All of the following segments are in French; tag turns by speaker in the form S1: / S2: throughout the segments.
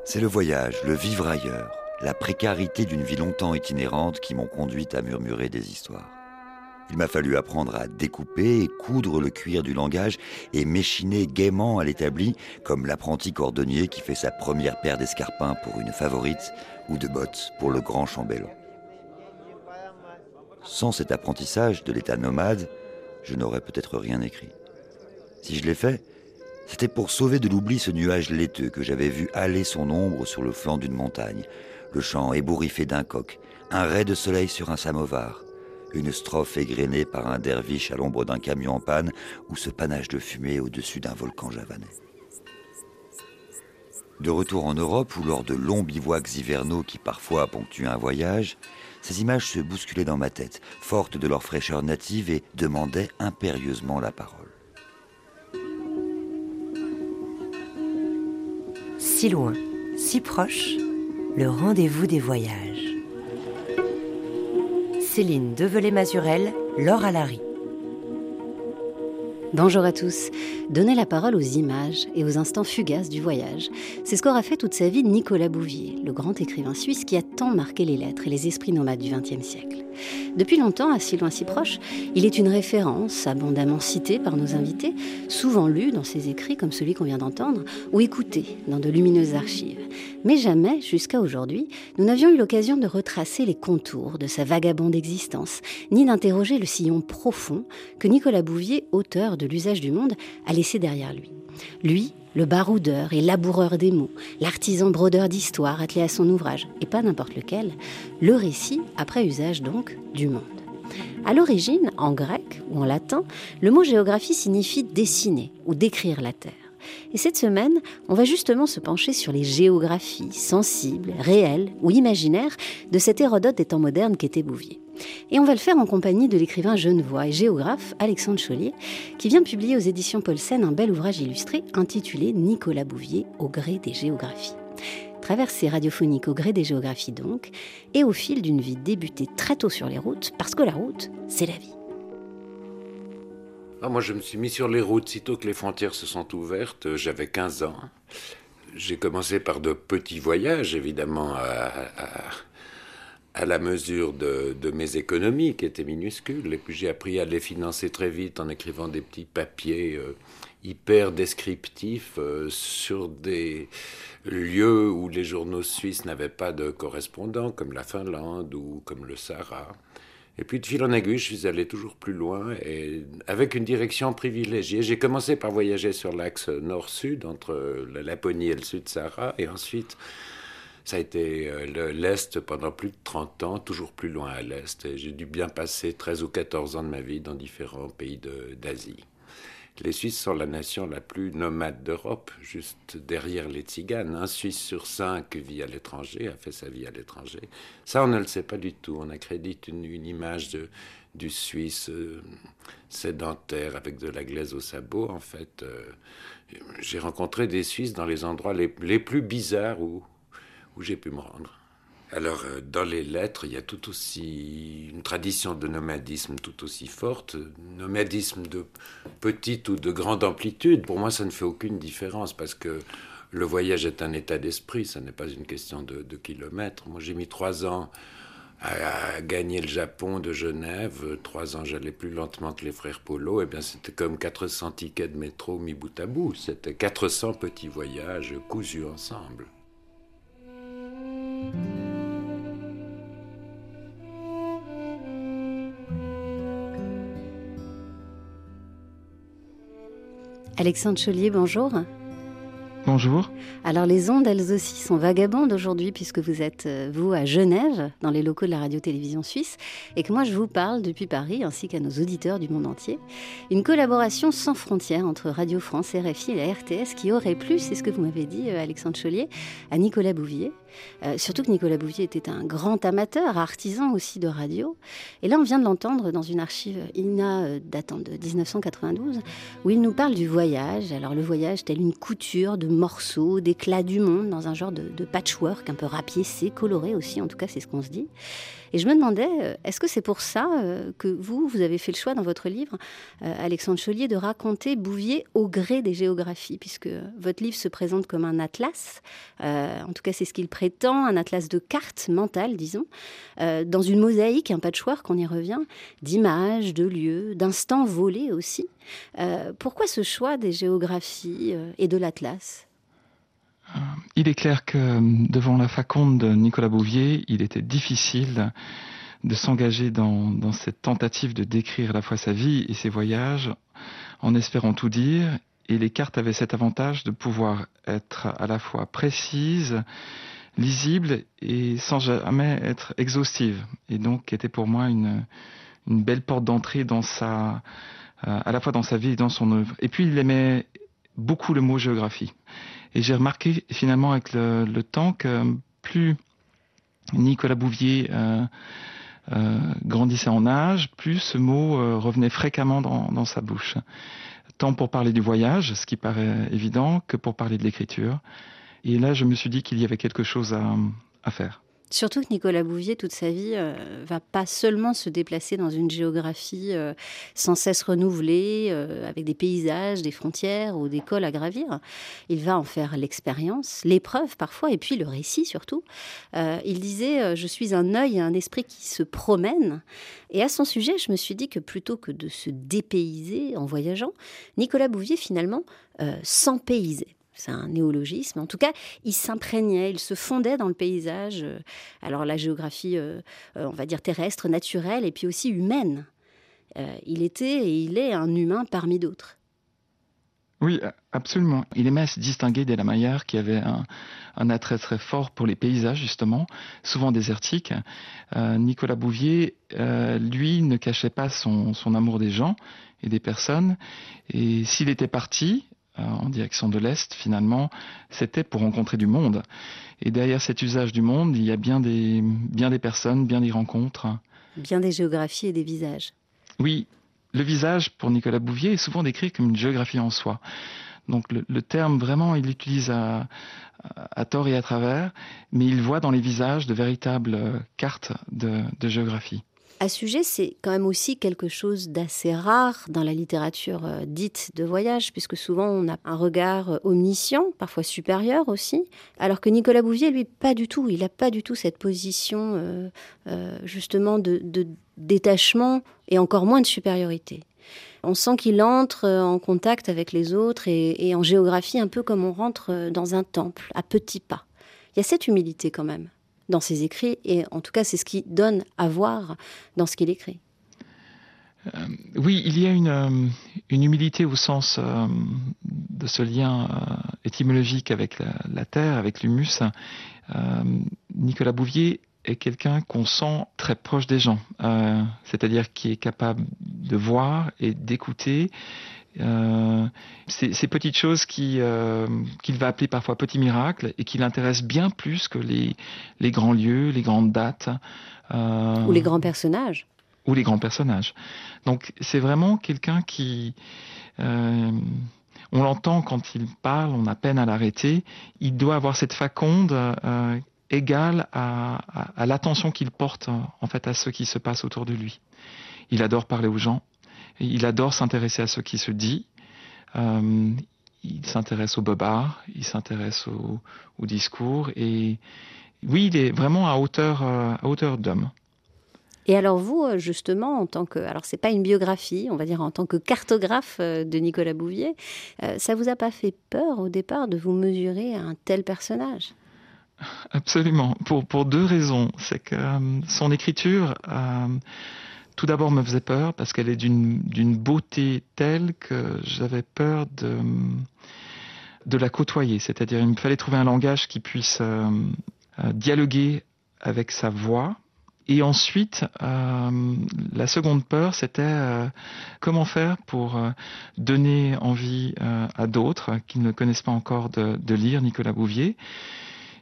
S1: C'est le voyage, le vivre ailleurs, la précarité d'une vie longtemps itinérante qui m'ont conduite à murmurer des histoires. Il m'a fallu apprendre à découper et coudre le cuir du langage et m'échiner gaiement à l'établi comme l'apprenti cordonnier qui fait sa première paire d'escarpins pour une favorite ou de bottes pour le grand chambellan. Sans cet apprentissage de l'état nomade, je n'aurais peut-être rien écrit. Si je l'ai fait, c'était pour sauver de l'oubli ce nuage laiteux que j'avais vu hâler son ombre sur le flanc d'une montagne, le chant ébouriffé d'un coq, un ray de soleil sur un samovar, une strophe égrenée par un derviche à l'ombre d'un camion en panne ou ce panache de fumée au-dessus d'un volcan javanais. De retour en Europe ou lors de longs bivouacs hivernaux qui parfois ponctuent un voyage, ces images se bousculaient dans ma tête, fortes de leur fraîcheur native et demandaient impérieusement la parole.
S2: Si loin, si proche, le rendez-vous des voyages. Céline Develay-Mazurel, Laure Alary.
S3: Bonjour à tous. Donner la parole aux images et aux instants fugaces du voyage, c'est ce qu'aura fait toute sa vie Nicolas Bouvier, le grand écrivain suisse qui a tant marqué les lettres et les esprits nomades du XXe siècle. Depuis longtemps, à Si loin, si proche, il est une référence abondamment citée par nos invités, souvent lu dans ses écrits comme celui qu'on vient d'entendre, ou écouté dans de lumineuses archives. Mais jamais, jusqu'à aujourd'hui, nous n'avions eu l'occasion de retracer les contours de sa vagabonde existence, ni d'interroger le sillon profond que Nicolas Bouvier, auteur de L'usage du monde, a laissé derrière lui. Lui, le baroudeur et laboureur des mots, l'artisan brodeur d'histoire attelé à son ouvrage, et pas n'importe lequel, le récit, après usage donc, du monde. À l'origine, en grec ou en latin, le mot géographie signifie dessiner ou décrire la terre. Et cette semaine, on va justement se pencher sur les géographies sensibles, réelles ou imaginaires de cet Hérodote des temps modernes qu'était Bouvier. Et on va le faire en compagnie de l'écrivain genevois et géographe Alexandre Chollier, qui vient publier aux éditions Paulsen un bel ouvrage illustré intitulé « Nicolas Bouvier au gré des géographies ». Traversée radiophonique au gré des géographies donc, et au fil d'une vie débutée très tôt sur les routes, parce que la route, c'est la vie.
S4: Moi, je me suis mis sur les routes sitôt que les frontières se sont ouvertes. J'avais 15 ans. J'ai commencé par de petits voyages, évidemment, à la mesure de mes économies, qui étaient minuscules. Et puis j'ai appris à les financer très vite en écrivant des petits papiers hyper descriptifs sur des lieux où les journaux suisses n'avaient pas de correspondants, comme la Finlande ou comme le Sahara. Et puis de fil en aiguille, je suis allé toujours plus loin et avec une direction privilégiée. J'ai commencé par voyager sur l'axe nord-sud, entre la Laponie et le Sud-Sahara, et ensuite ça a été l'Est pendant plus de 30 ans, toujours plus loin à l'Est. Et j'ai dû bien passer 13 ou 14 ans de ma vie dans différents pays d'Asie. Les Suisses sont la nation la plus nomade d'Europe, juste derrière les Tziganes. Un Suisse sur 5 vit à l'étranger, a fait sa vie à l'étranger. Ça, on ne le sait pas du tout. On accrédite une image du Suisse sédentaire avec de la glaise au sabot. En fait, j'ai rencontré des Suisses dans les endroits les plus bizarres où j'ai pu me rendre. Alors, dans les lettres, il y a tout aussi une tradition de nomadisme tout aussi forte. Nomadisme de petite ou de grande amplitude, pour moi, ça ne fait aucune différence parce que le voyage est un état d'esprit, ça n'est pas une question de kilomètres. Moi, j'ai mis 3 ans à gagner le Japon de Genève. 3 ans, j'allais plus lentement que les frères Polo. Eh bien, c'était comme 400 tickets de métro mis bout à bout. C'était 400 petits voyages cousus ensemble.
S3: Alexandre Chollier, bonjour.
S5: Bonjour.
S3: Alors les ondes, elles aussi, sont vagabondes aujourd'hui puisque vous êtes, vous, à Genève, dans les locaux de la radio-télévision suisse, et que moi je vous parle depuis Paris, ainsi qu'à nos auditeurs du monde entier. Une collaboration sans frontières entre Radio France, RFI et la RTS qui aurait plu, c'est ce que vous m'avez dit, Alexandre Chollier, à Nicolas Bouvier. Surtout que Nicolas Bouvier était un grand amateur, artisan aussi de radio. Et là, on vient de l'entendre dans une archive INA datant de 1992, où il nous parle du voyage. Alors le voyage tel une couture de morceaux, d'éclats du monde, dans un genre de patchwork un peu rapiécé, coloré aussi, en tout cas c'est ce qu'on se dit. Et je me demandais, est-ce que c'est pour ça que vous avez fait le choix dans votre livre, Alexandre Chaulié, de raconter Bouvier au gré des géographies, puisque votre livre se présente comme un atlas, en tout cas c'est ce qu'il prétend, un atlas de cartes mentales, disons, dans une mosaïque, un patchwork, on y revient, d'images, de lieux, d'instants volés aussi. Pourquoi ce choix des géographies et de l'atlas ?
S5: Il est clair que devant la faconde de Nicolas Bouvier, il était difficile de s'engager dans cette tentative de décrire à la fois sa vie et ses voyages en espérant tout dire. Et les cartes avaient cet avantage de pouvoir être à la fois précises, lisibles et sans jamais être exhaustives. Et donc était pour moi une belle porte d'entrée dans à la fois dans sa vie et dans son œuvre. Et puis il aimait beaucoup le mot géographie. Et j'ai remarqué finalement avec le temps que plus Nicolas Bouvier grandissait en âge, plus ce mot revenait fréquemment dans sa bouche. Tant pour parler du voyage, ce qui paraît évident, que pour parler de l'écriture. Et là, je me suis dit qu'il y avait quelque chose à faire.
S3: Surtout que Nicolas Bouvier, toute sa vie, va pas seulement se déplacer dans une géographie sans cesse renouvelée, avec des paysages, des frontières ou des cols à gravir. Il va en faire l'expérience, l'épreuve parfois, et puis le récit surtout. Il disait « Je suis un œil et un esprit qui se promènent ». Et à son sujet, je me suis dit que plutôt que de se dépayser en voyageant, Nicolas Bouvier finalement s'empaysait. C'est un néologisme. En tout cas, il s'imprégnait, il se fondait dans le paysage. Alors la géographie, on va dire terrestre, naturelle, et puis aussi humaine. Il était et il est un humain parmi d'autres.
S5: Oui, absolument. Il aimait se distinguer des Lamaillard qui avait un attrait très fort pour les paysages, justement, souvent désertiques. Nicolas Bouvier, lui, ne cachait pas son amour des gens et des personnes. Et s'il était parti en direction de l'Est, finalement, c'était pour rencontrer du monde. Et derrière cet usage du monde, il y a bien des personnes, bien des rencontres.
S3: Bien des géographies et des visages.
S5: Oui, le visage, pour Nicolas Bouvier, est souvent décrit comme une géographie en soi. Donc le terme, vraiment, il l'utilise à tort et à travers, mais il voit dans les visages de véritables cartes de géographie.
S3: À ce sujet, c'est quand même aussi quelque chose d'assez rare dans la littérature dite de voyage, puisque souvent on a un regard omniscient, parfois supérieur aussi, alors que Nicolas Bouvier, lui, pas du tout. Il n'a pas du tout cette position justement de détachement et encore moins de supériorité. On sent qu'il entre en contact avec les autres et en géographie un peu comme on rentre dans un temple, à petits pas. Il y a cette humilité quand même dans ses écrits, et en tout cas, c'est ce qui donne à voir dans ce qu'il écrit.
S5: Oui, il y a une humilité au sens de ce lien étymologique avec la terre, avec l'humus. Nicolas Bouvier est quelqu'un qu'on sent très proche des gens, c'est-à-dire qui est capable de voir et d'écouter ces petites choses qu'il va appeler parfois petits miracles et qui l'intéressent bien plus que les grands lieux, les grandes dates.
S3: Ou les grands personnages.
S5: Ou les grands personnages. Donc c'est vraiment quelqu'un qui... on l'entend quand il parle, on a peine à l'arrêter. Il doit avoir cette faconde égale à l'attention qu'il porte en fait à ce qui se passe autour de lui. Il adore parler aux gens. Il adore s'intéresser à ce qui se dit. Il s'intéresse aux bobards, il s'intéresse au discours. Et oui, il est vraiment à hauteur d'homme.
S3: Et alors vous, justement, en tant que... Alors, c'est pas une biographie, on va dire en tant que cartographe de Nicolas Bouvier, ça vous a pas fait peur au départ de vous mesurer à un tel personnage ?
S5: Absolument. Pour deux raisons. C'est que son écriture... tout d'abord me faisait peur parce qu'elle est d'une beauté telle que j'avais peur de la côtoyer. C'est-à-dire il me fallait trouver un langage qui puisse dialoguer avec sa voix. Et ensuite, la seconde peur, c'était comment faire pour donner envie à d'autres qui ne connaissent pas encore de lire Nicolas Bouvier.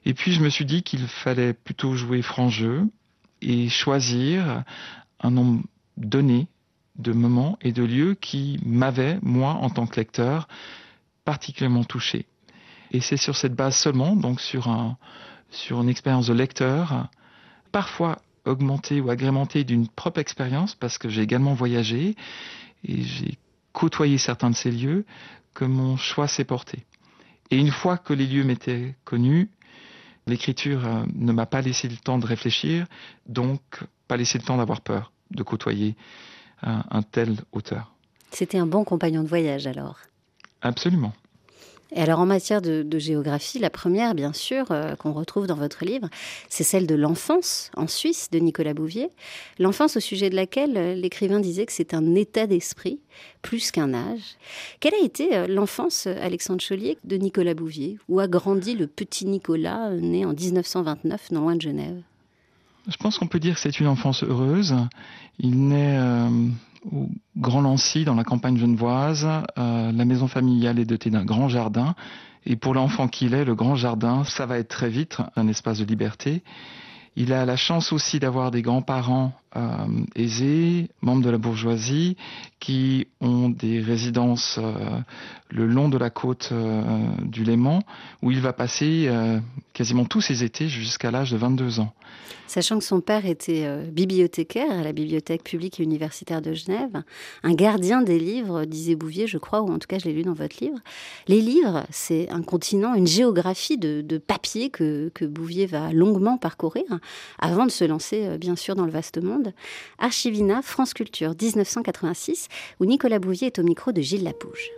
S5: Et puis je me suis dit qu'il fallait plutôt jouer franc jeu et choisir un nombre donné de moments et de lieux qui m'avaient, moi, en tant que lecteur, particulièrement touché. Et c'est sur cette base seulement, donc sur une expérience de lecteur, parfois augmentée ou agrémentée d'une propre expérience, parce que j'ai également voyagé et j'ai côtoyé certains de ces lieux, que mon choix s'est porté. Et une fois que les lieux m'étaient connus, l'écriture ne m'a pas laissé le temps de réfléchir, donc pas laissé le temps d'avoir peur de côtoyer un tel auteur.
S3: C'était un bon compagnon de voyage alors.
S5: Absolument.
S3: Et alors en matière de géographie, la première bien sûr qu'on retrouve dans votre livre, c'est celle de l'enfance en Suisse de Nicolas Bouvier. L'enfance au sujet de laquelle l'écrivain disait que c'est un état d'esprit plus qu'un âge. Quelle a été l'enfance, Alexandre Chollier, de Nicolas Bouvier? Où a grandi le petit Nicolas, né en 1929, non loin de Genève?
S5: Je pense qu'on peut dire que c'est une enfance heureuse. Il naît au Grand Lancy, dans la campagne genevoise. La maison familiale est dotée d'un grand jardin. Et pour l'enfant qu'il est, le grand jardin, ça va être très vite un espace de liberté. Il a la chance aussi d'avoir des grands-parents aisés, membres de la bourgeoisie, qui ont des résidences le long de la côte du Léman, où il va passer quasiment tous ses étés jusqu'à l'âge de 22 ans.
S3: Sachant que son père était bibliothécaire à la Bibliothèque publique et universitaire de Genève, un gardien des livres, disait Bouvier, je crois, ou en tout cas je l'ai lu dans votre livre. Les livres, c'est un continent, une géographie de papier que Bouvier va longuement parcourir, avant de se lancer, bien sûr, dans le vaste monde. Archivina, France Culture, 1986, où Nicolas Bouvier est au micro de Gilles Lapouge.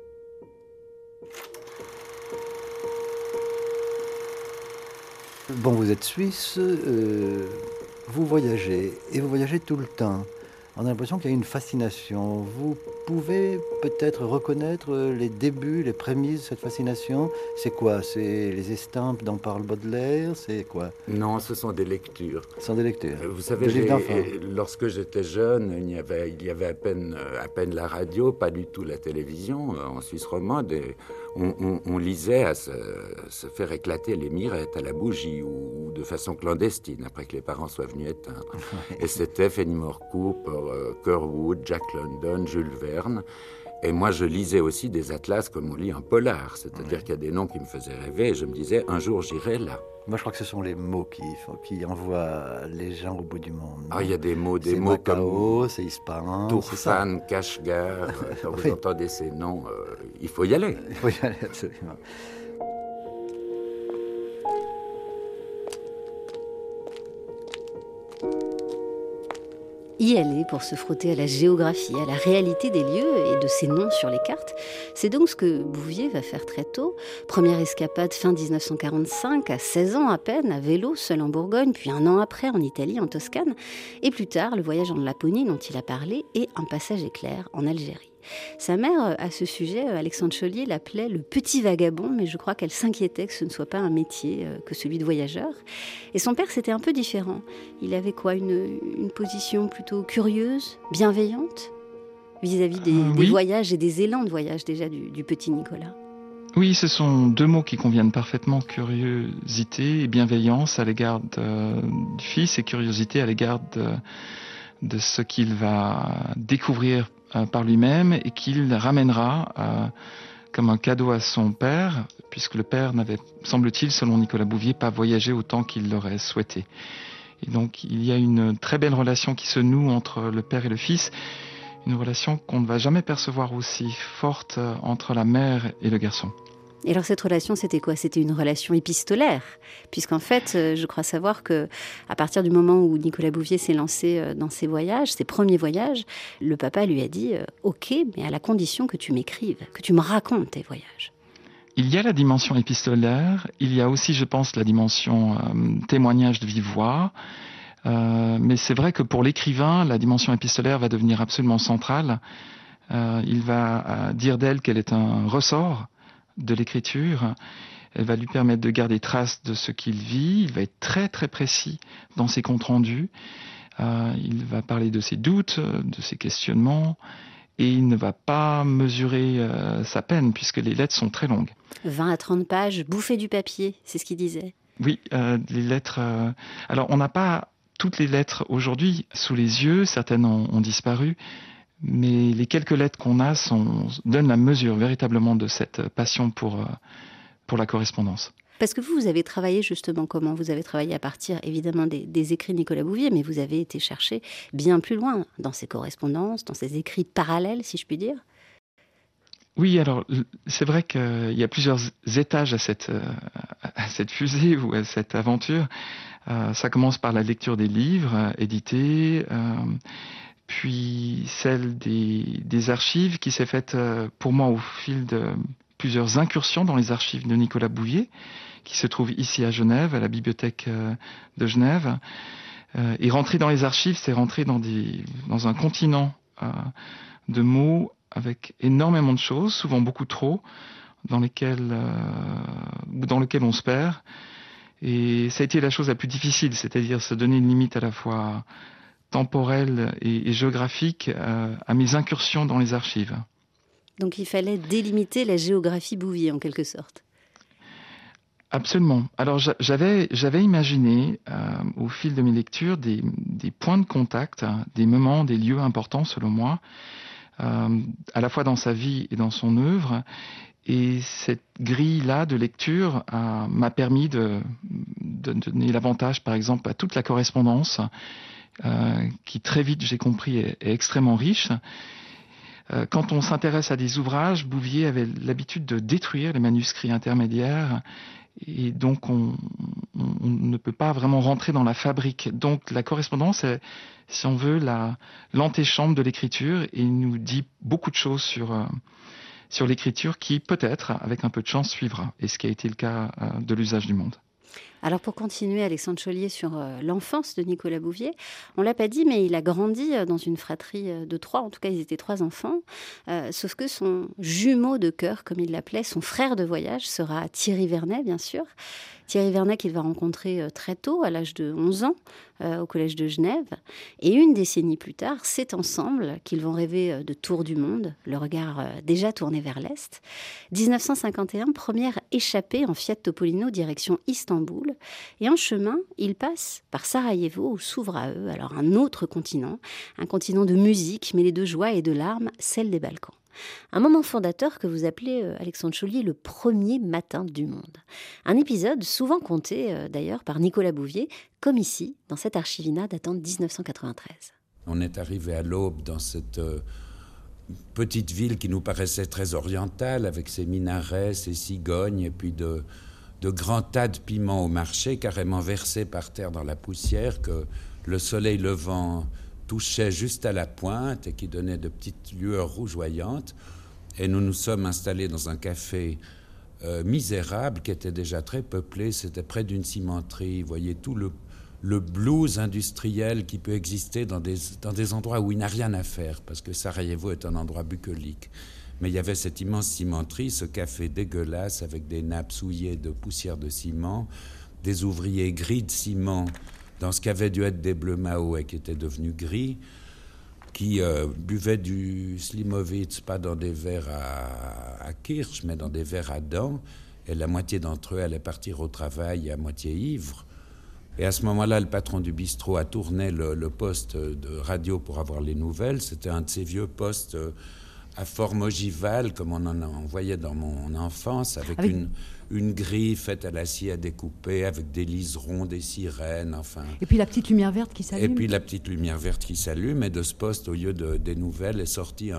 S6: Bon, vous êtes suisse, vous voyagez, et vous voyagez tout le temps. On a l'impression qu'il y a une fascination. Vous pouvez peut-être reconnaître les débuts, les prémices de cette fascination. C'est quoi? C'est les estampes dont parle Baudelaire? C'est quoi?
S4: Non, ce sont des lectures.
S6: Ce sont des lectures.
S4: Vous savez, lorsque j'étais jeune, il y avait à peine la radio, pas du tout la télévision en Suisse romande. Et on lisait à se faire éclater les mirettes à la bougie ou de façon clandestine, après que les parents soient venus éteindre. Et c'était Fenimore Cooper, Curwood, Jack London, Jules Verne. Et moi, je lisais aussi des atlas comme on lit un polar. C'est-à-dire qu'il y a des noms qui me faisaient rêver et je me disais, un jour, j'irai là.
S6: Moi, je crois que ce sont les mots qui envoient les gens au bout du monde.
S4: Ah, il y a des mots
S6: Macao,
S4: comme
S6: c'est Ispahan,
S4: Tourfan, Kashgar. Quand vous entendez ces noms, il faut y aller.
S6: Il faut y aller, absolument.
S3: Y aller pour se frotter à la géographie, à la réalité des lieux et de ces noms sur les cartes. C'est donc ce que Bouvier va faire très tôt. Première escapade fin 1945, à 16 ans à peine, à vélo, seul en Bourgogne, puis un an après en Italie, en Toscane. Et plus tard, le voyage en Laponie dont il a parlé et un passage éclair en Algérie. Sa mère, à ce sujet, Alexandre Chollier, l'appelait le petit vagabond, mais je crois qu'elle s'inquiétait que ce ne soit pas un métier que celui de voyageur. Et son père, c'était un peu différent. Il avait quoi, une position plutôt curieuse, bienveillante, vis-à-vis des voyages et des élans de voyage déjà du petit Nicolas.
S5: Oui, ce sont deux mots qui conviennent parfaitement, curiosité et bienveillance à l'égard du fils et curiosité à l'égard de ce qu'il va découvrir par lui-même et qu'il ramènera comme un cadeau à son père, puisque le père n'avait, semble-t-il, selon Nicolas Bouvier, pas voyagé autant qu'il l'aurait souhaité. Et donc il y a une très belle relation qui se noue entre le père et le fils, une relation qu'on ne va jamais percevoir aussi forte entre la mère et le garçon.
S3: Et alors cette relation, c'était quoi? C'était une relation épistolaire, puisqu'en fait, je crois savoir que à partir du moment où Nicolas Bouvier s'est lancé dans ses voyages, ses premiers voyages, le papa lui a dit « Ok, mais à la condition que tu m'écrives, que tu me racontes tes voyages ».
S5: Il y a la dimension épistolaire, il y a aussi, je pense, la dimension témoignage de vive voix. Mais c'est vrai que pour l'écrivain, la dimension épistolaire va devenir absolument centrale. Il va dire d'elle qu'elle est un ressort de l'écriture. Elle va lui permettre de garder trace de ce qu'il vit. Il va être très très précis dans ses comptes rendus. Il va parler de ses doutes, de ses questionnements, et il ne va pas mesurer sa peine puisque les lettres sont très longues.
S3: 20 à 30 pages, bouffer du papier, c'est ce qu'il disait.
S5: Oui, les lettres... alors, on n'a pas toutes les lettres aujourd'hui sous les yeux, certaines ont disparu, mais les quelques lettres qu'on a donnent la mesure véritablement de cette passion pour la correspondance.
S3: Parce que vous avez travaillé justement comment ? Vous avez travaillé à partir évidemment des écrits de Nicolas Bouvier, mais vous avez été chercher bien plus loin dans ses correspondances, dans ses écrits parallèles, si je puis dire.
S5: Oui, alors c'est vrai qu'il y a plusieurs étages à cette fusée ou à cette aventure. Ça commence par la lecture des livres édités, puis celle des archives qui s'est faite pour moi au fil de plusieurs incursions dans les archives de Nicolas Bouvier, qui se trouve ici à Genève, à la bibliothèque de Genève. Et rentrer dans les archives, c'est rentrer dans un continent de mots avec énormément de choses, souvent beaucoup trop, dans lequel on se perd. Et ça a été la chose la plus difficile, c'est-à-dire se donner une limite à la fois temporelle et géographique à mes incursions dans les archives.
S3: Donc il fallait délimiter la géographie Bouvier en quelque sorte.
S5: Absolument. Alors j'avais imaginé au fil de mes lectures des points de contact, des moments, des lieux importants selon moi, à la fois dans sa vie et dans son œuvre. Et cette grille-là de lecture m'a permis de donner l'avantage, par exemple, à toute la correspondance, qui très vite, j'ai compris, est extrêmement riche. Quand on s'intéresse à des ouvrages, Bouvier avait l'habitude de détruire les manuscrits intermédiaires, et donc on ne peut pas vraiment rentrer dans la fabrique. Donc la correspondance est, si on veut, l'antichambre de l'écriture, et il nous dit beaucoup de choses sur l'écriture qui, peut-être, avec un peu de chance, suivra, et ce qui a été le cas de l'usage du monde.
S3: Alors pour continuer, Alexandre Chollier, sur l'enfance de Nicolas Bouvier, on ne l'a pas dit, mais il a grandi dans une fratrie de 3, en tout cas ils étaient 3 enfants, sauf que son jumeau de cœur, comme il l'appelait, son frère de voyage, sera Thierry Vernet, bien sûr. Thierry Vernet qu'il va rencontrer très tôt, à l'âge de 11 ans, au collège de Genève. Et une décennie plus tard, c'est ensemble qu'ils vont rêver de tour du monde, le regard déjà tourné vers l'Est. 1951, première échappée en Fiat Topolino, direction Istanbul. Et en chemin, ils passent par Sarajevo, où s'ouvre à eux alors un autre continent, un continent de musique mêlé de joie et de larmes, celle des Balkans. Un moment fondateur que vous appelez, Alexandre Chollier, le premier matin du monde. Un épisode souvent conté d'ailleurs par Nicolas Bouvier, comme ici, dans cette archivina datant de 1993.
S4: On est arrivé à l'aube dans cette petite ville qui nous paraissait très orientale, avec ses minarets, ses cigognes, et puis de grands tas de piments au marché, carrément versés par terre dans la poussière, que le soleil levant touchait juste à la pointe et qui donnait de petites lueurs rougeoyantes. Et nous nous sommes installés dans un café misérable qui était déjà très peuplé. C'était près d'une cimenterie. Vous voyez tout le blues industriel qui peut exister dans des endroits où il n'a rien à faire, parce que Sarajevo est un endroit bucolique. Mais il y avait cette immense cimenterie, ce café dégueulasse avec des nappes souillées de poussière de ciment, des ouvriers gris de ciment dans ce qu'avait dû être des bleus Mahoais qui étaient devenus gris, qui buvaient du Slimovitz, pas dans des verres à kirsch, mais dans des verres à dents, et la moitié d'entre eux allaient partir au travail à moitié ivres. Et à ce moment-là, le patron du bistrot a tourné le poste de radio pour avoir les nouvelles. C'était un de ces vieux postes à forme ogivale, comme on en voyait dans mon enfance, avec une grille faite à l'acier à découper, avec des liserons, des sirènes, enfin...
S7: Et puis la petite lumière verte qui s'allume.
S4: Et puis la petite lumière verte qui s'allume, et de ce poste, au lieu des nouvelles, est sorti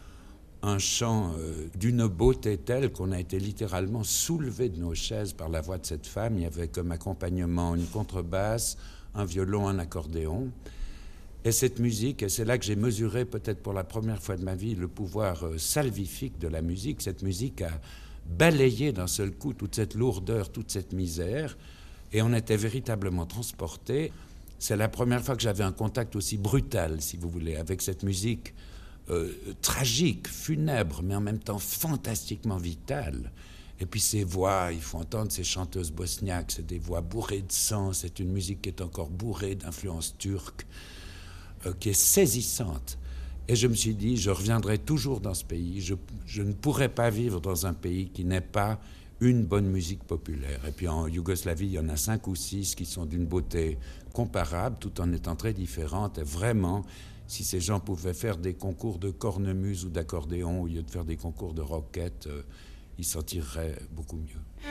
S4: un chant d'une beauté telle qu'on a été littéralement soulevé de nos chaises par la voix de cette femme. Il y avait comme accompagnement une contrebasse, un violon, un accordéon. Et cette musique, et c'est là que j'ai mesuré peut-être pour la première fois de ma vie le pouvoir salvifique de la musique. Cette musique a balayé d'un seul coup toute cette lourdeur, toute cette misère, et on était véritablement transportés. C'est la première fois que j'avais un contact aussi brutal, si vous voulez, avec cette musique tragique, funèbre, mais en même temps fantastiquement vitale. Et puis ces voix, il faut entendre ces chanteuses bosniaques, c'est des voix bourrées de sang, c'est une musique qui est encore bourrée d'influence turque, qui est saisissante. Et je me suis dit, je reviendrai toujours dans ce pays. Je ne pourrais pas vivre dans un pays qui n'ait pas
S7: une bonne musique populaire. Et puis en Yougoslavie, il y en a 5 ou 6 qui sont d'une beauté comparable, tout en étant très différentes. Et vraiment, si ces gens pouvaient faire des concours de cornemuse ou d'accordéon au lieu de faire des concours de roquettes, ils s'en tireraient beaucoup mieux.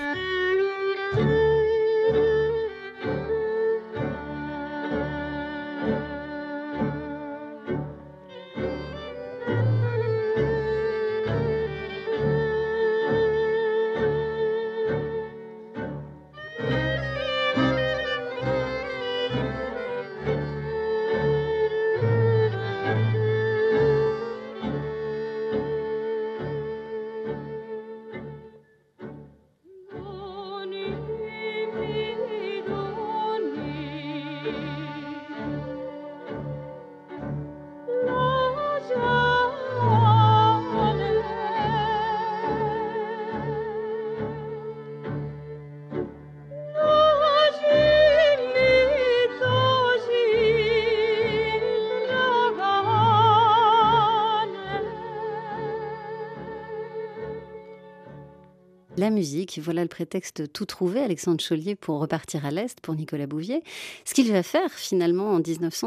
S3: La musique, voilà le prétexte tout trouvé, Alexandre Chollier, pour repartir à l'Est pour Nicolas Bouvier. Ce qu'il va faire finalement en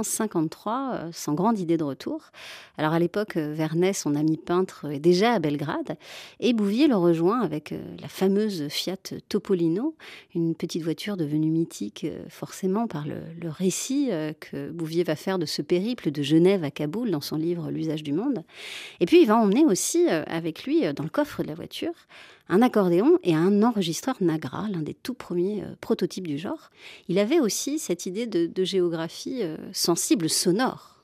S3: 1953, sans grande idée de retour. Alors à l'époque, Vernet, son ami peintre, est déjà à Belgrade et Bouvier le rejoint avec la fameuse Fiat Topolino, une petite voiture devenue mythique forcément par le récit que Bouvier va faire de ce périple de Genève à Kaboul dans son livre L'usage du monde. Et puis il va emmener aussi avec lui dans le coffre de la voiture un accordéon et un enregistreur Nagra, l'un des tout premiers prototypes du genre. Il avait aussi cette idée de géographie sensible, sonore.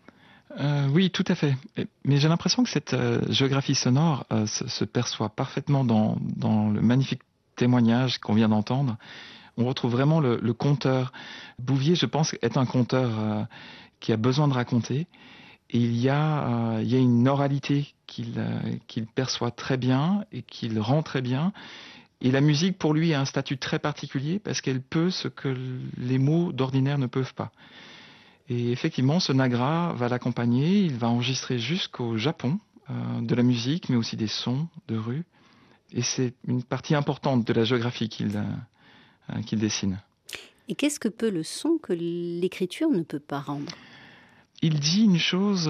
S5: Oui, tout à fait. Mais j'ai l'impression que cette géographie sonore se perçoit parfaitement dans le magnifique témoignage qu'on vient d'entendre. On retrouve vraiment le conteur. Bouvier, je pense, est un conteur qui a besoin de raconter. Et il y a une oralité qu'il perçoit très bien et qu'il rend très bien. Et la musique, pour lui, a un statut très particulier parce qu'elle peut ce que les mots d'ordinaire ne peuvent pas. Et effectivement, ce Nagra va l'accompagner. Il va enregistrer jusqu'au Japon de la musique, mais aussi des sons de rue. Et c'est une partie importante de la géographie qu'il dessine.
S3: Et qu'est-ce que peut le son que l'écriture ne peut pas rendre ?
S5: Il dit une chose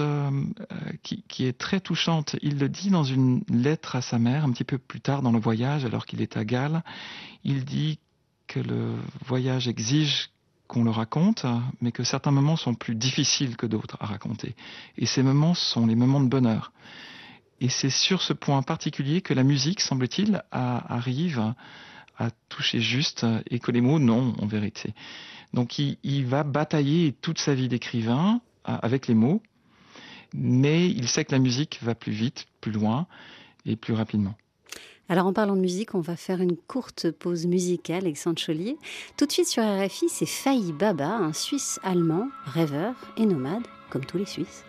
S5: qui est très touchante. Il le dit dans une lettre à sa mère, un petit peu plus tard dans le voyage, alors qu'il est à Galles. Il dit que le voyage exige qu'on le raconte, mais que certains moments sont plus difficiles que d'autres à raconter. Et ces moments sont les moments de bonheur. Et c'est sur ce point particulier que la musique, semble-t-il, arrive à toucher juste et que les mots non, en vérité. Donc il va batailler toute sa vie d'écrivain avec les mots, mais il sait que la musique va plus vite, plus loin et plus rapidement.
S3: Alors en parlant de musique, on va faire une courte pause musicale, Alexandre Chollier. Tout de suite sur RFI, c'est Faï Baba, un Suisse allemand, rêveur et nomade, comme tous les Suisses.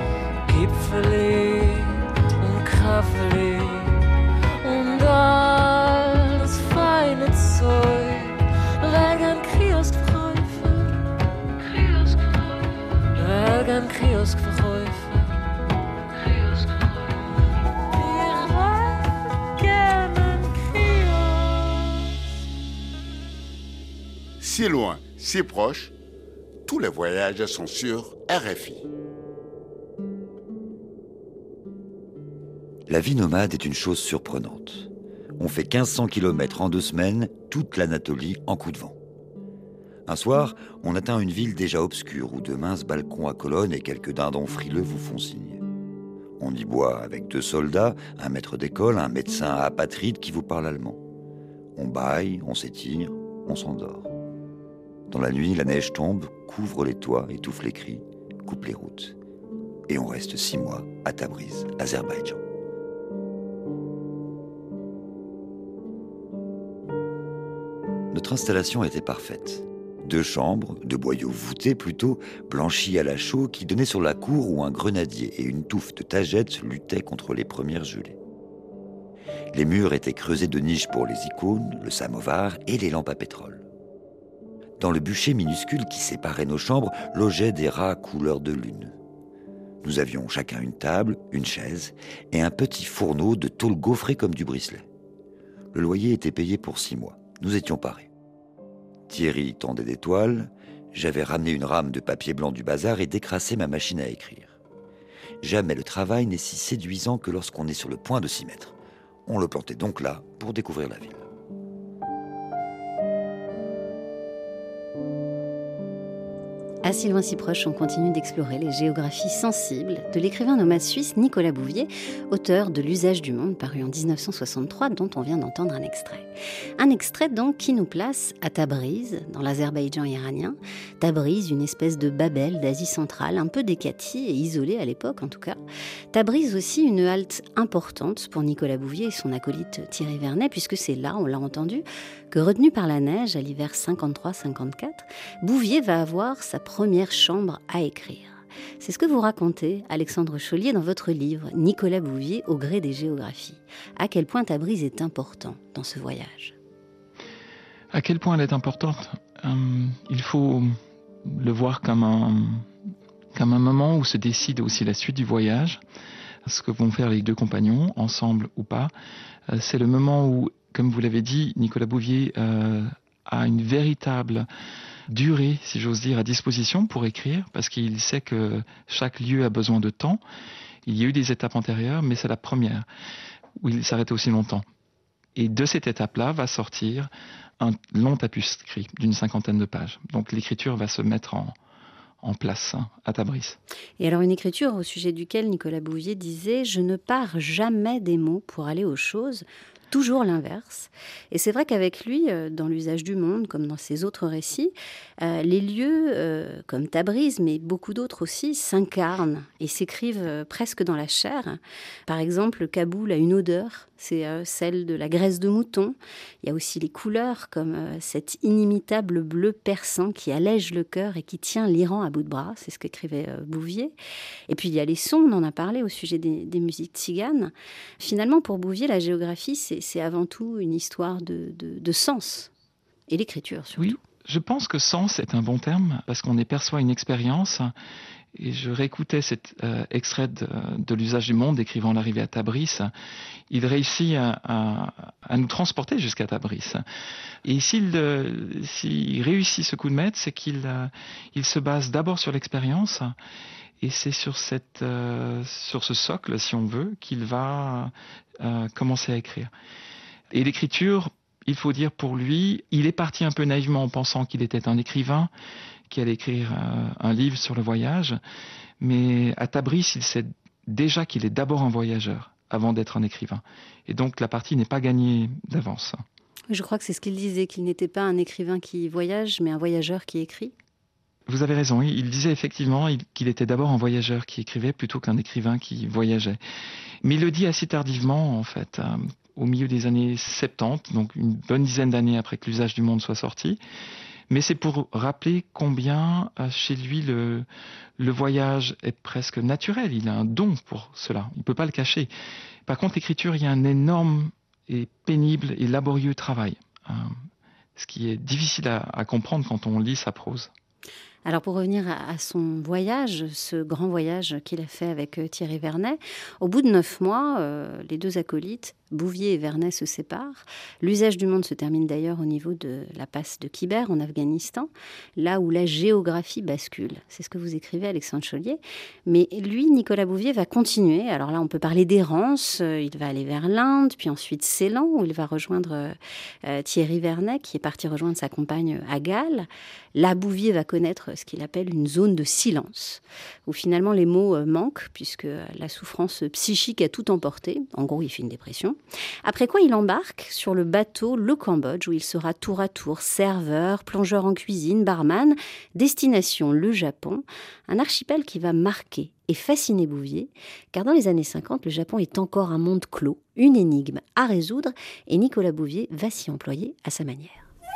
S8: Gipfeli und Kaffee und Si loin, si proche, tous les voyages sont sur RFI.
S1: La vie nomade est une chose surprenante. On fait 1500 km en 2 semaines, toute l'Anatolie en coup de vent. Un soir, on atteint une ville déjà obscure où de minces balcons à colonnes et quelques dindons frileux vous font signe. On y boit avec 2 soldats, un maître d'école, un médecin apatride qui vous parle allemand. On bâille, on s'étire, on s'endort. Dans la nuit, la neige tombe, couvre les toits, étouffe les cris, coupe les routes. Et on reste 6 mois à Tabriz, Azerbaïdjan. Notre installation était parfaite. 2 chambres, de boyaux voûtés plutôt, blanchis à la chaux, qui donnaient sur la cour où un grenadier et une touffe de tagettes luttaient contre les premières gelées. Les murs étaient creusés de niches pour les icônes, le samovar et les lampes à pétrole. Dans le bûcher minuscule qui séparait nos chambres, logeaient des rats couleur de lune. Nous avions chacun une table, une chaise et un petit fourneau de tôle gaufrée comme du bricelet. Le loyer était payé pour 6 mois. Nous étions parés. Thierry tendait des toiles, j'avais ramené une rame de papier blanc du bazar et décrassé ma machine à écrire. Jamais le travail n'est si séduisant que lorsqu'on est sur le point de s'y mettre. On le plantait donc là pour découvrir la ville.
S3: À si loin si proche, on continue d'explorer les géographies sensibles de l'écrivain nomade suisse Nicolas Bouvier, auteur de L'usage du monde, paru en 1963, dont on vient d'entendre un extrait. Un extrait donc qui nous place à Tabriz, dans l'Azerbaïdjan iranien. Tabriz, une espèce de Babel d'Asie centrale, un peu décatie et isolée à l'époque en tout cas. Tabriz aussi une halte importante pour Nicolas Bouvier et son acolyte Thierry Vernet, puisque c'est là, on l'a entendu, que retenu par la neige à l'hiver 53-54, Bouvier va avoir sa première chambre à écrire. C'est ce que vous racontez, Alexandre Chollier, dans votre livre « Nicolas Bouvier au gré des géographies ». À quel point Tabriz est important dans ce voyage ?
S5: À quel point elle est importante ? Il faut le voir comme un moment où se décide aussi la suite du voyage, ce que vont faire les 2 compagnons, ensemble ou pas. C'est le moment où, comme vous l'avez dit, Nicolas Bouvier a une véritable durée, si j'ose dire, à disposition pour écrire, parce qu'il sait que chaque lieu a besoin de temps. Il y a eu des étapes antérieures, mais c'est la première où il s'arrêtait aussi longtemps. Et de cette étape-là va sortir un long tapuscrit d'une 50aine de pages. Donc l'écriture va se mettre en place à Tabriz.
S3: Et alors une écriture au sujet duquel Nicolas Bouvier disait « Je ne pars jamais des mots pour aller aux choses ». Toujours l'inverse. Et c'est vrai qu'avec lui, dans l'usage du monde, comme dans ses autres récits, les lieux, comme Tabriz, mais beaucoup d'autres aussi, s'incarnent et s'écrivent presque dans la chair. Par exemple, Kaboul a une odeur, c'est celle de la graisse de mouton. Il y a aussi les couleurs, comme cet inimitable bleu persan qui allège le cœur et qui tient l'Iran à bout de bras, c'est ce qu'écrivait Bouvier. Et puis il y a les sons, on en a parlé au sujet des musiques tziganes. Finalement, pour Bouvier, la géographie, c'est avant tout une histoire de sens, et l'écriture surtout.
S5: Oui, je pense que sens est un bon terme, parce qu'on y perçoit une expérience, et je réécoutais cet extrait de L'usage du monde, décrivant l'arrivée à Tabriz. Il réussit à nous transporter jusqu'à Tabriz. Et s'il réussit ce coup de maître, c'est qu'il se base d'abord sur l'expérience, et c'est sur ce socle, si on veut, qu'il va commencer à écrire. Et l'écriture, il faut dire pour lui, il est parti un peu naïvement en pensant qu'il était un écrivain, qui allait écrire un livre sur le voyage. Mais à Tabriz, il sait déjà qu'il est d'abord un voyageur, avant d'être un écrivain. Et donc la partie n'est pas gagnée d'avance.
S3: Je crois que c'est ce qu'il disait, qu'il n'était pas un écrivain qui voyage, mais un voyageur qui écrit.
S5: Vous avez raison, il disait effectivement qu'il était d'abord un voyageur qui écrivait plutôt qu'un écrivain qui voyageait. Mais il le dit assez tardivement, en fait, au milieu des années 70, donc une bonne dizaine d'années après que L'usage du monde soit sorti. Mais c'est pour rappeler combien chez lui le voyage est presque naturel. Il a un don pour cela, il ne peut pas le cacher. Par contre, l'écriture, il y a un énorme et pénible et laborieux travail, ce qui est difficile à comprendre quand on lit sa prose.
S3: Alors pour revenir à son voyage, ce grand voyage qu'il a fait avec Thierry Vernet, au bout de 9 mois, les deux acolytes, Bouvier et Vernet, se séparent. L'usage du monde se termine d'ailleurs au niveau de la passe de Khyber en Afghanistan, là où la géographie bascule. C'est ce que vous écrivez, Alexandre Chollier. Mais lui, Nicolas Bouvier, va continuer. Alors là, on peut parler d'errance. Il va aller vers l'Inde, puis ensuite Ceylan, où il va rejoindre Thierry Vernet, qui est parti rejoindre sa compagne à Galles. Là, Bouvier va connaître ce qu'il appelle une zone de silence, où finalement les mots manquent, puisque la souffrance psychique a tout emporté. En gros, il fait une dépression. Après quoi, il embarque sur le bateau Le Cambodge, où il sera tour à tour serveur, plongeur en cuisine, barman. Destination le Japon, un archipel qui va marquer et fasciner Bouvier, car dans les années 50, le Japon est encore un monde clos, une énigme à résoudre, et Nicolas Bouvier va s'y employer à sa manière.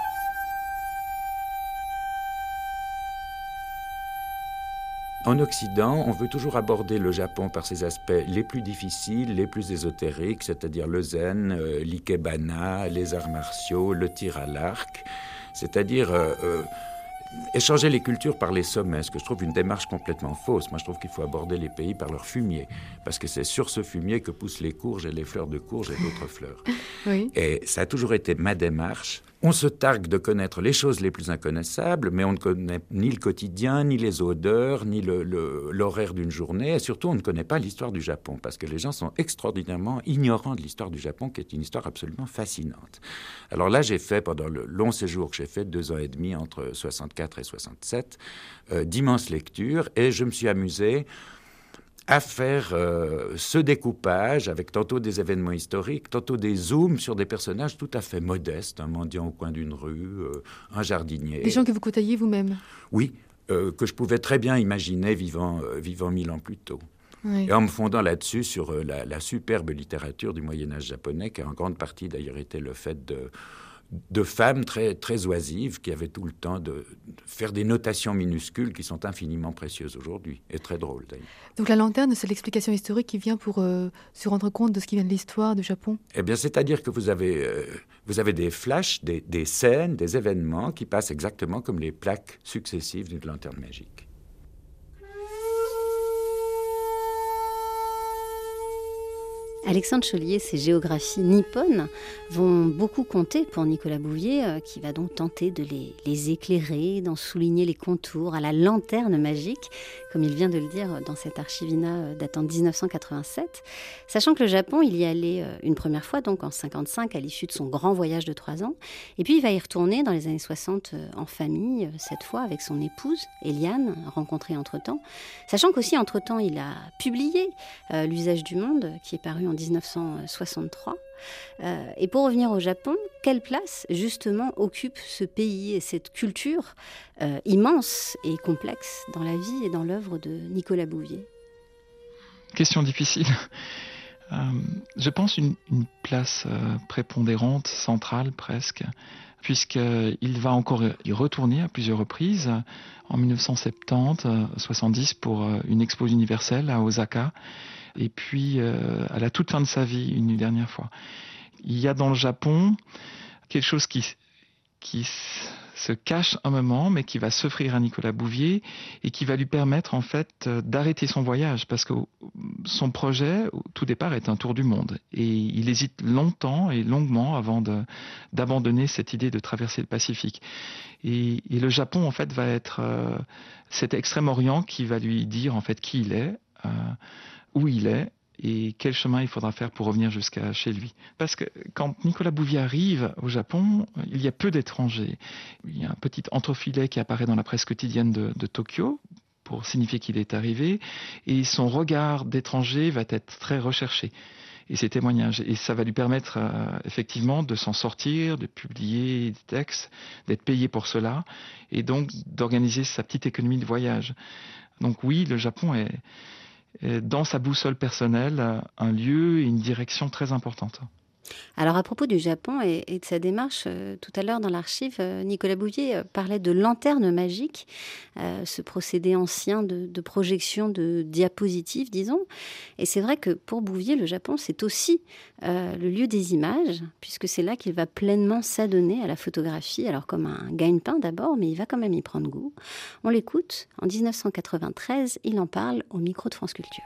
S7: En Occident, on veut toujours aborder le Japon par ses aspects les plus difficiles, les plus ésotériques, c'est-à-dire le zen, l'ikebana, les arts martiaux, le tir à l'arc, c'est-à-dire échanger les cultures par les sommets, ce que je trouve une démarche complètement fausse. Moi, je trouve qu'il faut aborder les pays par leur fumier, parce que c'est sur ce fumier que poussent les courges et les fleurs de courge et d'autres fleurs.
S9: Oui.
S7: Et ça a toujours été ma démarche. On se targue de connaître les choses les plus inconnaissables, mais on ne connaît ni le quotidien, ni les odeurs, ni l'horaire d'une journée. Et surtout, on ne connaît pas l'histoire du Japon, parce que les gens sont extraordinairement ignorants de l'histoire du Japon, qui est une histoire absolument fascinante. Alors là, j'ai fait, pendant le long séjour que j'ai fait, 2 ans et demi, entre 64 et 67, d'immenses lectures, et je me suis amusé à faire ce découpage avec tantôt des événements historiques, tantôt des zooms sur des personnages tout à fait modestes, un mendiant au coin d'une rue, un jardinier.
S9: Des gens que vous côtoyez vous-même?
S7: Oui, que je pouvais très bien imaginer vivant 1000 ans plus tôt.
S9: Oui.
S7: Et en me fondant là-dessus sur la superbe littérature du Moyen-Âge japonais, qui a en grande partie d'ailleurs été le fait de femmes très, très oisives qui avaient tout le temps de faire des notations minuscules qui sont infiniment précieuses aujourd'hui et très drôles d'ailleurs.
S9: Donc la lanterne, c'est l'explication historique qui vient pour se rendre compte de ce qui vient de l'histoire du Japon?
S7: Eh bien, c'est-à-dire que vous avez des flashs, des scènes, des événements qui passent exactement comme les plaques successives d'une lanterne magique.
S3: Alexandre Chollier, ces géographies nippones vont beaucoup compter pour Nicolas Bouvier, qui va donc tenter de les éclairer, d'en souligner les contours à la lanterne magique, comme il vient de le dire dans cet archivina datant de 1987. Sachant que le Japon, il y allait une première fois, donc en 1955, à l'issue de son grand voyage de 3 ans. Et puis il va y retourner dans les années 60 en famille, cette fois avec son épouse, Eliane, rencontrée entre-temps. Sachant qu'aussi, entre-temps, il a publié L'usage du monde, qui est paru en 1963. Et pour revenir au Japon, quelle place justement occupe ce pays et cette culture immense et complexe dans la vie et dans l'œuvre de Nicolas Bouvier?
S5: Question difficile. Je pense une place prépondérante, centrale presque, puisqu'il va encore y retourner à plusieurs reprises en 1970-70 pour une expo universelle à Osaka, et puis à la toute fin de sa vie, une dernière fois. Il y a dans le Japon quelque chose qui se cache un moment, mais qui va s'offrir à Nicolas Bouvier et qui va lui permettre en fait d'arrêter son voyage, parce que son projet, au tout départ, est un tour du monde. Et il hésite longtemps et longuement avant d'abandonner cette idée de traverser le Pacifique. Et le Japon, en fait, va être cet Extrême-Orient qui va lui dire en fait qui il est, où il est, et quel chemin il faudra faire pour revenir jusqu'à chez lui. Parce que quand Nicolas Bouvier arrive au Japon, il y a peu d'étrangers. Il y a un petit entrefilet qui apparaît dans la presse quotidienne de Tokyo pour signifier qu'il est arrivé, et son regard d'étranger va être très recherché. Et ses témoignages. Et ça va lui permettre effectivement de s'en sortir, de publier des textes, d'être payé pour cela, et donc d'organiser sa petite économie de voyage. Donc oui, le Japon est dans sa boussole personnelle un lieu et une direction très importante.
S3: Alors à propos du Japon et de sa démarche, tout à l'heure dans l'archive, Nicolas Bouvier parlait de lanterne magique, ce procédé ancien de projection de diapositives, disons. Et c'est vrai que pour Bouvier, le Japon, c'est aussi le lieu des images, puisque c'est là qu'il va pleinement s'adonner à la photographie, alors comme un gagne-pain d'abord, mais il va quand même y prendre goût. On l'écoute, en 1993, il en parle au micro de France Culture.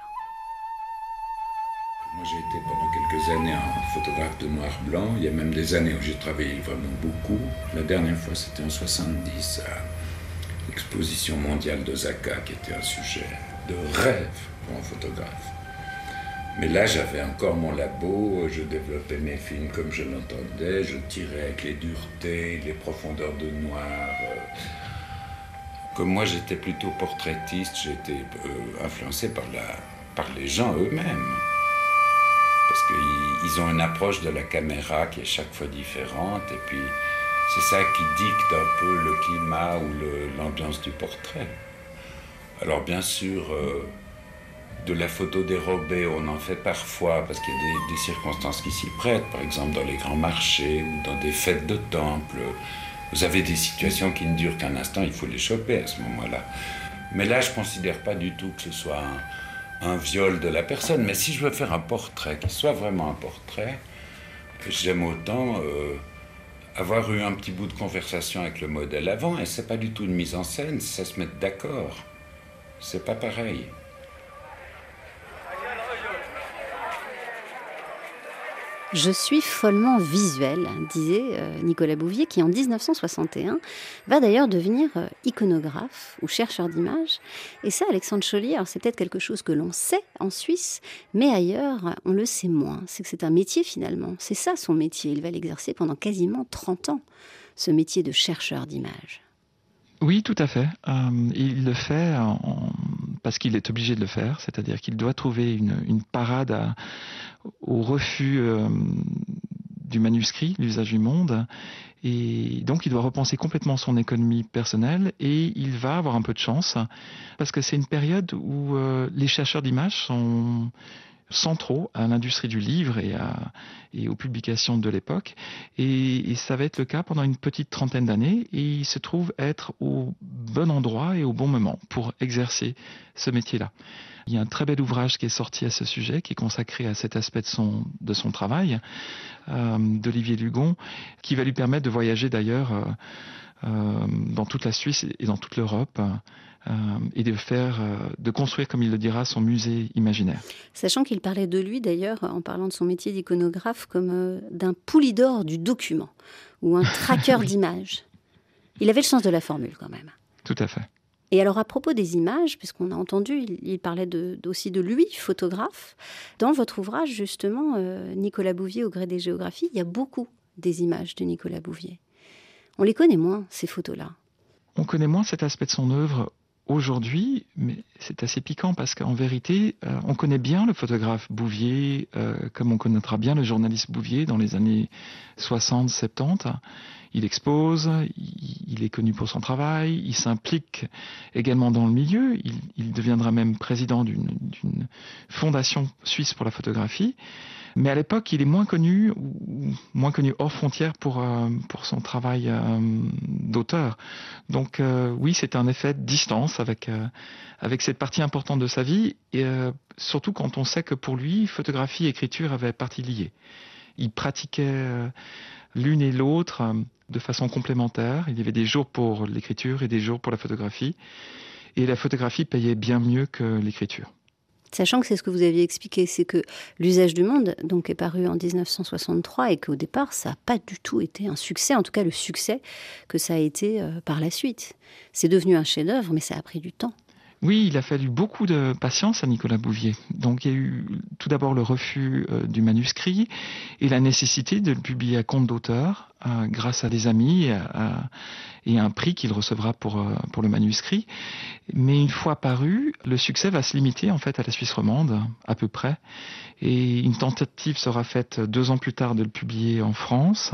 S7: Moi, j'ai été pendant quelques années un photographe de noir-blanc. Il y a même des années où j'ai travaillé vraiment beaucoup. La dernière fois, c'était en 70, à l'exposition mondiale d'Osaka, qui était un sujet de rêve pour un photographe. Mais là, j'avais encore mon labo, je développais mes films comme je l'entendais, je tirais avec les duretés, les profondeurs de noir. Comme moi, j'étais plutôt portraitiste, j'étais influencé par les gens eux-mêmes. Parce qu'ils ont une approche de la caméra qui est chaque fois différente, et puis c'est ça qui dicte un peu le climat ou l'ambiance du portrait. Alors bien sûr, de la photo dérobée, on en fait parfois, parce qu'il y a des circonstances qui s'y prêtent, par exemple dans les grands marchés ou dans des fêtes de temple. Vous avez des situations qui ne durent qu'un instant, il faut les choper à ce moment-là. Mais là, je ne considère pas du tout que ce soit un viol de la personne, mais si je veux faire un portrait, qui soit vraiment un portrait, j'aime autant avoir eu un petit bout de conversation avec le modèle avant, et c'est pas du tout une mise en scène, c'est se mettre d'accord. C'est pas pareil.
S3: Je suis follement visuel, disait Nicolas Bouvier, qui en 1961 va d'ailleurs devenir iconographe ou chercheur d'images. Et ça, Alexandre Chaulier, alors c'est peut-être quelque chose que l'on sait en Suisse, mais ailleurs, on le sait moins. C'est que c'est un métier finalement. C'est ça son métier. Il va l'exercer pendant quasiment 30 ans, ce métier de chercheur d'images.
S5: Oui, tout à fait. Il le fait parce qu'il est obligé de le faire, c'est-à-dire qu'il doit trouver une parade au refus du manuscrit, l'usage du monde, et donc il doit repenser complètement son économie personnelle, et il va avoir un peu de chance, parce que c'est une période où les chercheurs d'images sont centraux à l'industrie du livre et aux publications de l'époque. Et ça va être le cas pendant une petite trentaine d'années, et il se trouve être au bon endroit et au bon moment pour exercer ce métier-là. Il y a un très bel ouvrage qui est sorti à ce sujet, qui est consacré à cet aspect de son travail, d'Olivier Lugon, qui va lui permettre de voyager d'ailleurs dans toute la Suisse et dans toute l'Europe, et de construire, comme il le dira, son musée imaginaire.
S3: Sachant qu'il parlait de lui d'ailleurs, en parlant de son métier d'iconographe, comme d'un poulidor du document, ou un traqueur oui. d'images. Il avait le sens de la formule quand même.
S5: Tout à fait.
S3: Et alors à propos des images, puisqu'on a entendu, il parlait aussi de lui, photographe. Dans votre ouvrage justement, Nicolas Bouvier au gré des géographies, il y a beaucoup des images de Nicolas Bouvier. On les connaît moins, ces photos-là.
S5: On connaît moins cet aspect de son œuvre aujourd'hui, mais c'est assez piquant parce qu'en vérité, on connaît bien le photographe Bouvier, comme on connaîtra bien le journaliste Bouvier dans les années 60-70. Il expose, il est connu pour son travail, il s'implique également dans le milieu, il deviendra même président d'une fondation suisse pour la photographie. Mais à l'époque, il est moins connu hors frontières pour son travail d'auteur. Donc oui, c'est un effet de distance avec cette partie importante de sa vie, et surtout quand on sait que pour lui, photographie et écriture avaient partie liée. Il pratiquait l'une et l'autre de façon complémentaire. Il y avait des jours pour l'écriture et des jours pour la photographie. Et la photographie payait bien mieux que l'écriture.
S3: Sachant que c'est ce que vous aviez expliqué, c'est que l'usage du monde donc, est paru en 1963 et qu'au départ, ça n'a pas du tout été un succès, en tout cas le succès que ça a été par la suite. C'est devenu un chef-d'œuvre, mais ça a pris du temps.
S5: Oui, il a fallu beaucoup de patience à Nicolas Bouvier. Donc il y a eu tout d'abord le refus du manuscrit et la nécessité de le publier à compte d'auteur grâce à des amis et à un prix qu'il recevra pour le manuscrit. Mais une fois paru, le succès va se limiter en fait à la Suisse romande, à peu près. Et une tentative sera faite 2 ans plus tard de le publier en France.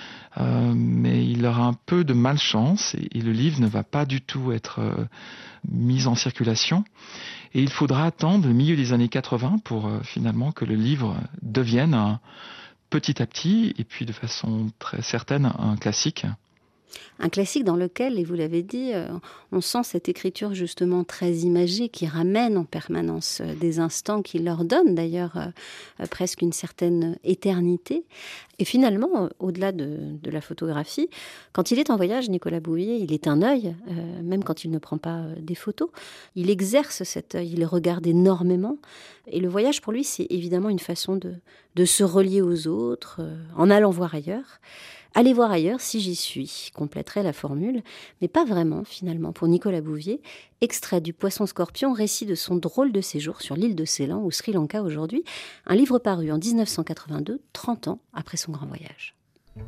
S5: Mais il aura un peu de malchance et le livre ne va pas du tout être mis en circulation. Et il faudra attendre le milieu des années 80 pour finalement que le livre devienne petit à petit, et puis de façon très certaine, un classique.
S3: Un classique dans lequel, et vous l'avez dit, on sent cette écriture justement très imagée qui ramène en permanence des instants, qui leur donne d'ailleurs presque une certaine éternité. Et finalement, au-delà de la photographie, quand il est en voyage, Nicolas Bouvier, il est un œil, même quand il ne prend pas des photos. Il exerce cet œil, il regarde énormément. Et le voyage, pour lui, c'est évidemment une façon de se relier aux autres, en allant voir ailleurs. Allez voir ailleurs si j'y suis, compléterait la formule, mais pas vraiment finalement pour Nicolas Bouvier. Extrait du Poisson-Scorpion, récit de son drôle de séjour sur l'île de Ceylan, au Sri Lanka aujourd'hui, un livre paru en 1982, 30 ans après son grand voyage.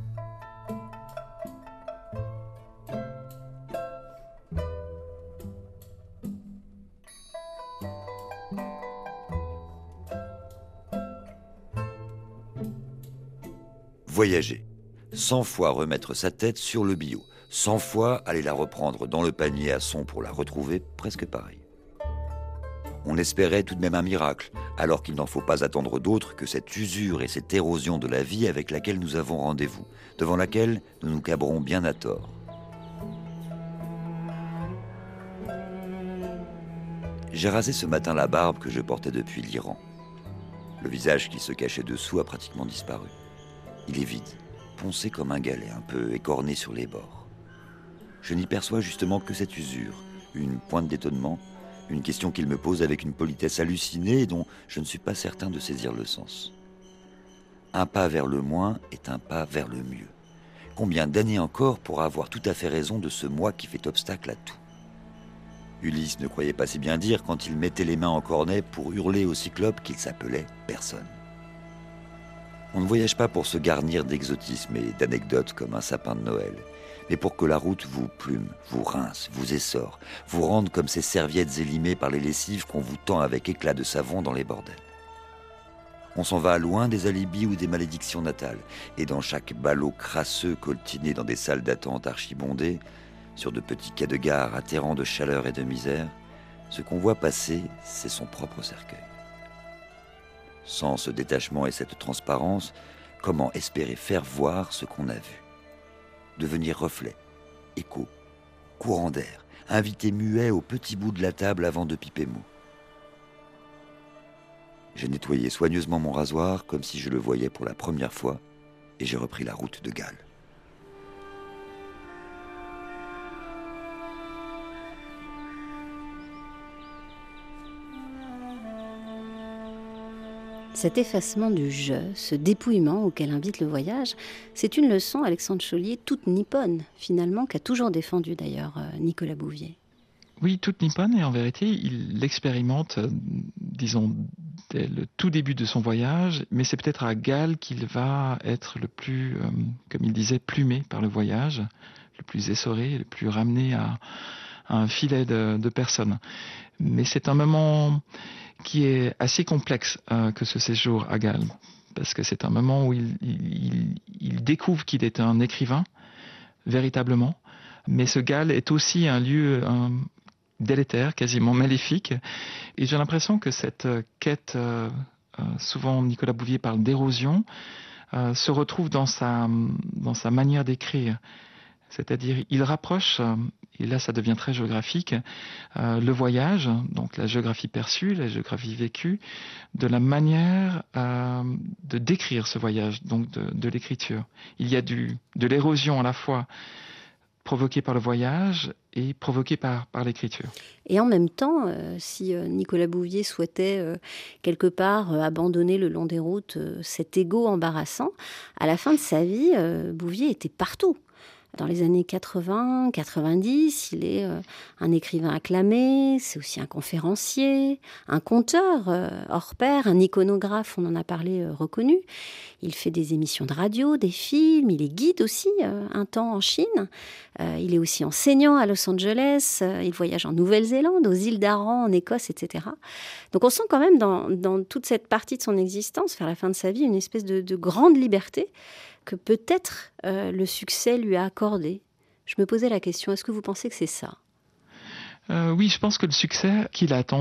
S1: Voyager. 100 fois remettre sa tête sur le billot, 100 fois aller la reprendre dans le panier à son pour la retrouver, presque pareil. On espérait tout de même un miracle, alors qu'il n'en faut pas attendre d'autre que cette usure et cette érosion de la vie avec laquelle nous avons rendez-vous, devant laquelle nous nous cabrons bien à tort. J'ai rasé ce matin la barbe que je portais depuis l'Iran. Le visage qui se cachait dessous a pratiquement disparu. Il est vide, poncé comme un galet, un peu écorné sur les bords. Je n'y perçois justement que cette usure, une pointe d'étonnement, une question qu'il me pose avec une politesse hallucinée et dont je ne suis pas certain de saisir le sens. Un pas vers le moins est un pas vers le mieux. Combien d'années encore pour avoir tout à fait raison de ce moi qui fait obstacle à tout? Ulysse ne croyait pas si bien dire quand il mettait les mains en cornet pour hurler au cyclope qu'il s'appelait personne. On ne voyage pas pour se garnir d'exotisme et d'anecdotes comme un sapin de Noël, mais pour que la route vous plume, vous rince, vous essore, vous rende comme ces serviettes élimées par les lessives qu'on vous tend avec éclat de savon dans les bordels. On s'en va loin des alibis ou des malédictions natales, et dans chaque ballot crasseux coltiné dans des salles d'attente archibondées, sur de petits quais de gare atterrants de chaleur et de misère, ce qu'on voit passer, c'est son propre cercueil. Sans ce détachement et cette transparence, comment espérer faire voir ce qu'on a vu? Devenir reflet, écho, courant d'air, invité muet au petit bout de la table avant de piper mou. J'ai nettoyé soigneusement mon rasoir comme si je le voyais pour la première fois et j'ai repris la route de Galles.
S3: Cet effacement du je, ce dépouillement auquel invite le voyage, c'est une leçon, Alexandre Chollier, toute nippone, finalement, qu'a toujours défendu d'ailleurs Nicolas Bouvier.
S5: Oui, toute nippone, et en vérité, il l'expérimente, disons, dès le tout début de son voyage, mais c'est peut-être à Galles qu'il va être le plus, comme il disait, plumé par le voyage, le plus essoré, le plus ramené à un filet de personnes. Mais c'est un moment qui est assez complexe que ce séjour à Galles, parce que c'est un moment où il découvre qu'il est un écrivain, véritablement, mais ce Galles est aussi un lieu délétère, quasiment maléfique, et j'ai l'impression que cette quête, souvent Nicolas Bouvier parle d'érosion, se retrouve dans sa manière d'écrire. C'est-à-dire, il rapproche, et là ça devient très géographique, le voyage, donc la géographie perçue, la géographie vécue, de la manière de décrire ce voyage, donc de l'écriture. Il y a de l'érosion à la fois provoquée par le voyage et provoquée par l'écriture.
S3: Et en même temps, si Nicolas Bouvier souhaitait quelque part abandonner le long des routes cet égo embarrassant, à la fin de sa vie, Bouvier était partout. Dans les années 80, 90, il est un écrivain acclamé, c'est aussi un conférencier, un conteur hors pair, un iconographe, on en a parlé, reconnu. Il fait des émissions de radio, des films, il est guide aussi un temps en Chine. Il est aussi enseignant à Los Angeles, il voyage en Nouvelle-Zélande, aux îles d'Aran, en Écosse, etc. Donc on sent quand même dans toute cette partie de son existence, vers la fin de sa vie, une espèce de grande liberté que peut-être le succès lui a accordé. Je me posais la question, est-ce que vous pensez que c'est ça ?
S5: Oui, je pense que le succès qu'il a attendu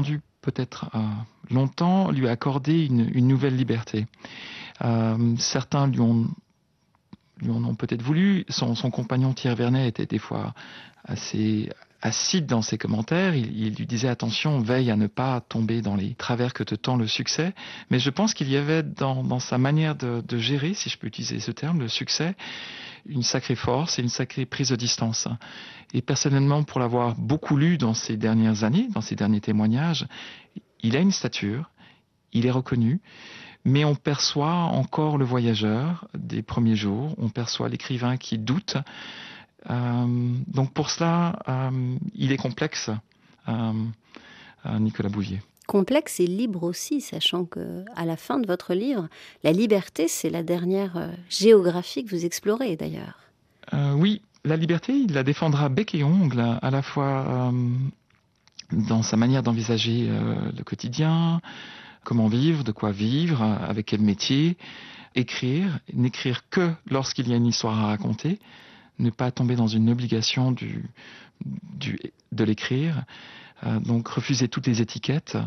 S5: peut-être longtemps, lui a accordé une nouvelle liberté. Certains lui en ont peut-être voulu. Son compagnon Thierry Vernet était des fois assez acide dans ses commentaires. Il lui disait attention, veille à ne pas tomber dans les travers que te tend le succès. Mais je pense qu'il y avait dans sa manière de gérer, si je peux utiliser ce terme, le succès, une sacrée force et une sacrée prise de distance. Et personnellement, pour l'avoir beaucoup lu dans ces dernières années, dans ces derniers témoignages, il a une stature, il est reconnu, mais on perçoit encore le voyageur des premiers jours, on perçoit l'écrivain qui doute. Donc pour cela, il est complexe, Nicolas Bouvier.
S3: Complexe et libre aussi, sachant qu'à la fin de votre livre, la liberté, c'est la dernière géographie que vous explorez d'ailleurs.
S5: Oui, la liberté, il la défendra bec et ongle, à la fois dans sa manière d'envisager le quotidien, comment vivre, de quoi vivre, avec quel métier, écrire, n'écrire que lorsqu'il y a une histoire à raconter, ne pas tomber dans une obligation de l'écrire, donc refuser toutes les étiquettes,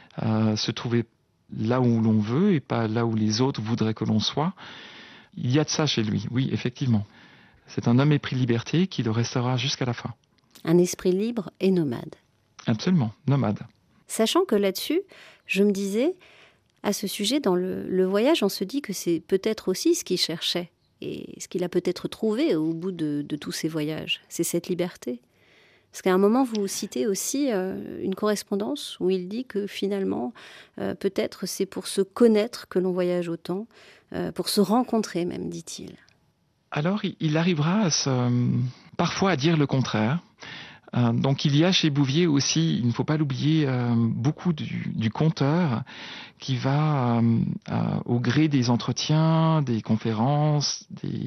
S5: se trouver là où l'on veut et pas là où les autres voudraient que l'on soit. Il y a de ça chez lui, oui, effectivement. C'est un homme épris de liberté qui le restera jusqu'à la fin.
S3: Un esprit libre et nomade.
S5: Absolument, nomade.
S3: Sachant que là-dessus, je me disais, à ce sujet, dans le voyage, on se dit que c'est peut-être aussi ce qu'il cherchait. Et ce qu'il a peut-être trouvé au bout de tous ces voyages, c'est cette liberté. Parce qu'à un moment, vous citez aussi une correspondance où il dit que finalement, peut-être c'est pour se connaître que l'on voyage autant, pour se rencontrer même, dit-il.
S5: Alors, il arrivera parfois à dire le contraire. Donc il y a chez Bouvier aussi, il ne faut pas l'oublier, beaucoup du conteur qui va, au gré des entretiens, des conférences,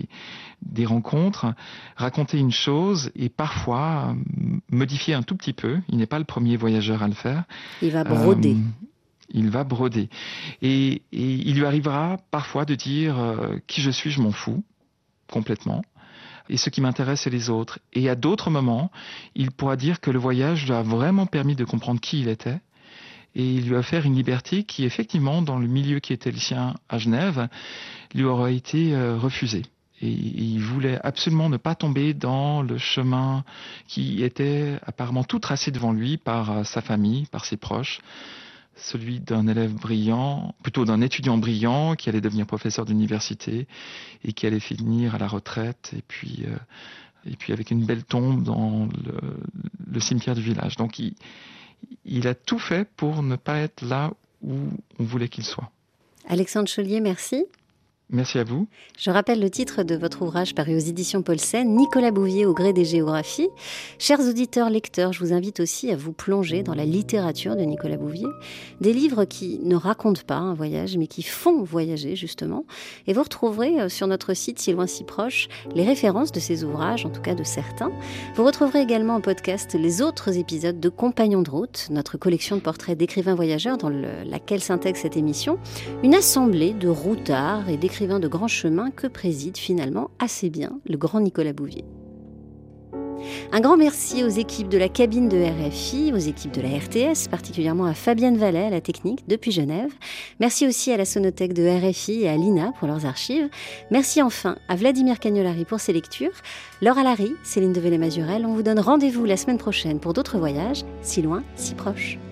S5: des rencontres, raconter une chose et parfois modifier un tout petit peu. Il n'est pas le premier voyageur à le faire.
S3: Il va broder.
S5: Il va broder. Et il lui arrivera parfois de dire qui je suis, je m'en fous complètement. Et ce qui m'intéresse, c'est les autres. Et à d'autres moments, il pourra dire que le voyage lui a vraiment permis de comprendre qui il était. Et il lui a offert une liberté qui, effectivement, dans le milieu qui était le sien à Genève, lui aurait été refusée. Et il voulait absolument ne pas tomber dans le chemin qui était apparemment tout tracé devant lui par sa famille, par ses proches. Celui d'un élève brillant, plutôt d'un étudiant brillant qui allait devenir professeur d'université et qui allait finir à la retraite et puis avec une belle tombe dans le cimetière du village. Donc il a tout fait pour ne pas être là où on voulait qu'il soit.
S3: Alexandre Chollier, merci.
S5: Merci à vous.
S3: Je rappelle le titre de votre ouvrage paru aux éditions Paulsen, Nicolas Bouvier au gré des géographies. Chers auditeurs, lecteurs, je vous invite aussi à vous plonger dans la littérature de Nicolas Bouvier. Des livres qui ne racontent pas un voyage, mais qui font voyager, justement. Et vous retrouverez sur notre site Si loin, si proche les références de ces ouvrages, en tout cas de certains. Vous retrouverez également en podcast les autres épisodes de Compagnons de route, notre collection de portraits d'écrivains voyageurs dans laquelle s'intègre cette émission. Une assemblée de routards et d'écrivains de grands chemins que préside finalement assez bien le grand Nicolas Bouvier. Un grand merci aux équipes de la cabine de RFI, aux équipes de la RTS, particulièrement à Fabienne Vallet à la technique depuis Genève. Merci aussi à la Sonothèque de RFI et à l'INA pour leurs archives. Merci enfin à Vladimir Cagnolari pour ses lectures. Laura Larry, Céline Develay-Mazurel, on vous donne rendez-vous la semaine prochaine pour d'autres voyages, si loin, si proches.